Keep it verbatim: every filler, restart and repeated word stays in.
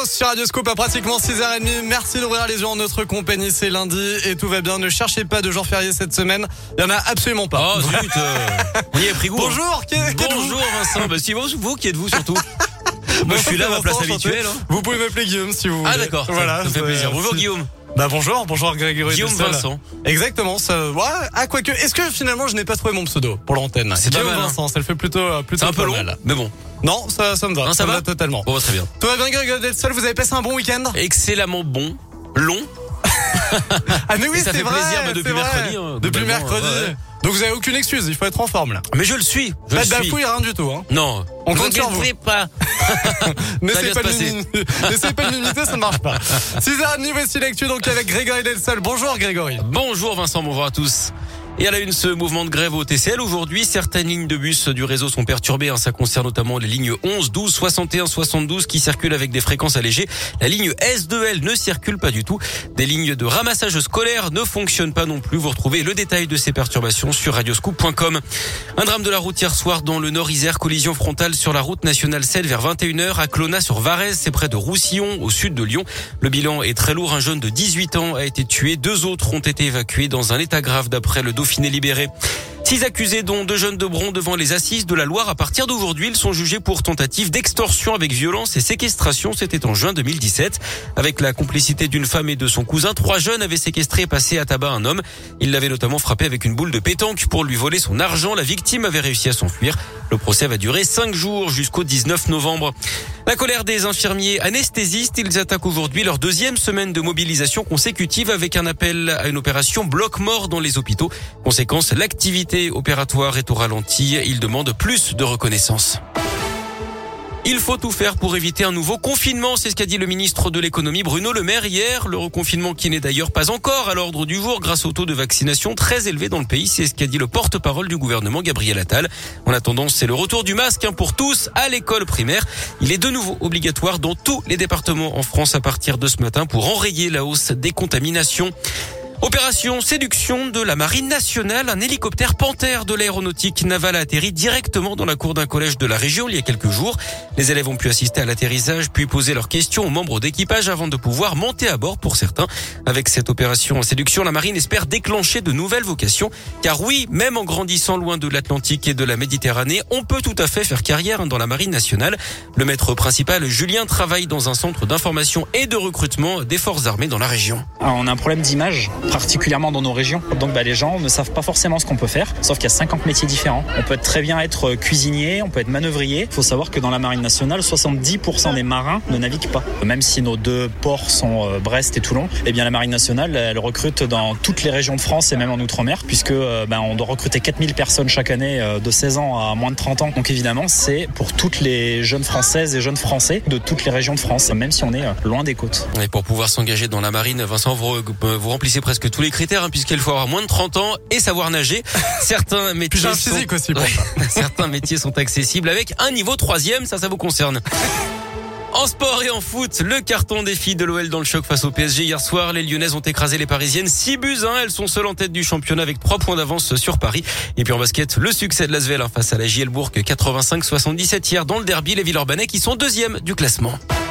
sur Radio Scoop à pratiquement six heures trente. Merci d'ouvrir les yeux en notre compagnie, c'est lundi et tout va bien. Ne cherchez pas de jour férié cette semaine, il n'y en a absolument pas. Oh zut, euh, on y est pris goût. Bonjour, qui, qui Bonjour Vincent, bah, si vous, vous qui êtes-vous surtout? Moi je suis là à ma place Vincent, habituelle. Hein. Vous pouvez m'appeler Guillaume si vous voulez. Ah d'accord, voilà, ça me fait plaisir. Bonjour Guillaume. Bah bonjour, bonjour Grégory. Guillaume Vincent. Exactement, ça. Ouais, ah quoique, est-ce que finalement je n'ai pas trouvé mon pseudo pour l'antenne? C'est Guillaume pas mal, Vincent, hein. Ça le fait plutôt, plutôt. C'est un peu long, mal. mais bon. Non, ça, ça me va. Non, ça, ça me va, va totalement. Bon, très bien. Tout va bien, Grégory Delseul, vous avez passé un bon week-end? Excellemment bon, long. Ah mais oui, ça c'est fait vrai, plaisir, mais depuis vrai. mercredi. Hein, depuis mercredi. Ouais, ouais. Donc vous avez aucune excuse, il faut être en forme là. Mais je le suis. Je Pas le de suis. bafouille, rien du tout. Hein. Non. On compte sur vous. pas. N'essayez pas, pas N'essayez pas de m'imiter, ça ne marche pas. six heures trente, voici l'actu donc avec Grégory Delseul. Bonjour Grégory. Bonjour Vincent, bonjour à tous. Et à la une, ce mouvement de grève au T C L. Aujourd'hui, certaines lignes de bus du réseau sont perturbées. Hein. Ça concerne notamment les lignes onze, douze, soixante et un, soixante-douze qui circulent avec des fréquences allégées. La ligne S deux L ne circule pas du tout. Des lignes de ramassage scolaire ne fonctionnent pas non plus. Vous retrouvez le détail de ces perturbations sur radioscoop point com. Un drame de la route hier soir dans le Nord-Isère. Collision frontale sur la route nationale sept vers vingt et une heures à Clonaz-sur-Varèse. C'est près de Roussillon, au sud de Lyon. Le bilan est très lourd. Un jeune de dix-huit ans a été tué. Deux autres ont été évacués dans un état grave d'après le Dauphiné libéré. Six accusés, dont deux jeunes de Bron, devant les assises de la Loire. À partir d'aujourd'hui, ils sont jugés pour tentative d'extorsion avec violence et séquestration. C'était en juin deux mille dix-sept. Avec la complicité d'une femme et de son cousin, trois jeunes avaient séquestré et passé à tabac un homme. Ils l'avaient notamment frappé avec une boule de pétanque pour lui voler son argent. La victime avait réussi à s'enfuir. Le procès va durer cinq jours jusqu'au dix-neuf novembre. La colère des infirmiers anesthésistes. Ils attaquent aujourd'hui leur deuxième semaine de mobilisation consécutive avec un appel à une opération bloc-mort dans les hôpitaux. Conséquence, l'activité opératoire est au ralenti. Ils demandent plus de reconnaissance. Il faut tout faire pour éviter un nouveau confinement, c'est ce qu'a dit le ministre de l'économie Bruno Le Maire hier. Le reconfinement qui n'est d'ailleurs pas encore à l'ordre du jour grâce au taux de vaccination très élevé dans le pays. C'est ce qu'a dit le porte-parole du gouvernement Gabriel Attal. En attendant, c'est le retour du masque pour tous à l'école primaire. Il est de nouveau obligatoire dans tous les départements en France à partir de ce matin pour enrayer la hausse des contaminations. Opération séduction de la Marine nationale. Un hélicoptère Panthère de l'aéronautique navale a atterri directement dans la cour d'un collège de la région il y a quelques jours. Les élèves ont pu assister à l'atterrissage puis poser leurs questions aux membres d'équipage avant de pouvoir monter à bord pour certains. Avec cette opération en séduction, la Marine espère déclencher de nouvelles vocations. Car oui, même en grandissant loin de l'Atlantique et de la Méditerranée, on peut tout à fait faire carrière dans la Marine nationale. Le maître principal, Julien, travaille dans un centre d'information et de recrutement des forces armées dans la région. Alors, on a un problème d'image, particulièrement dans nos régions. Donc bah, les gens ne savent pas forcément ce qu'on peut faire, sauf qu'il y a cinquante métiers différents. On peut très bien être cuisinier, on peut être manœuvrier. Il faut savoir que dans la Marine nationale, soixante-dix pour cent des marins ne naviguent pas. Même si nos deux ports sont Brest et Toulon, eh bien la Marine nationale, elle recrute dans toutes les régions de France et même en Outre-mer, puisque bah, on doit recruter quatre mille personnes chaque année de seize ans à moins de trente ans. Donc évidemment, c'est pour toutes les jeunes Françaises et jeunes Français de toutes les régions de France, même si on est loin des côtes. Et pour pouvoir s'engager dans la Marine, Vincent, vous, vous remplissez presque tous les critères, hein, puisqu'il faut avoir moins de trente ans et savoir nager. Certains métiers, un sont... physique aussi pour ouais, ça. Certains métiers sont accessibles avec un niveau troisième, ça, ça vous concerne. En sport et en foot, le carton des filles de l'O L dans le choc face au P S G hier soir. Les Lyonnaises ont écrasé les Parisiennes six buts à un. Elles sont seules en tête du championnat avec trois points d'avance sur Paris. Et puis en basket, le succès de l'Asvel face à la J L Bourg quatre-vingt-cinq soixante-dix-sept hier dans le derby. Les Villeurbanais qui sont deuxièmes du classement.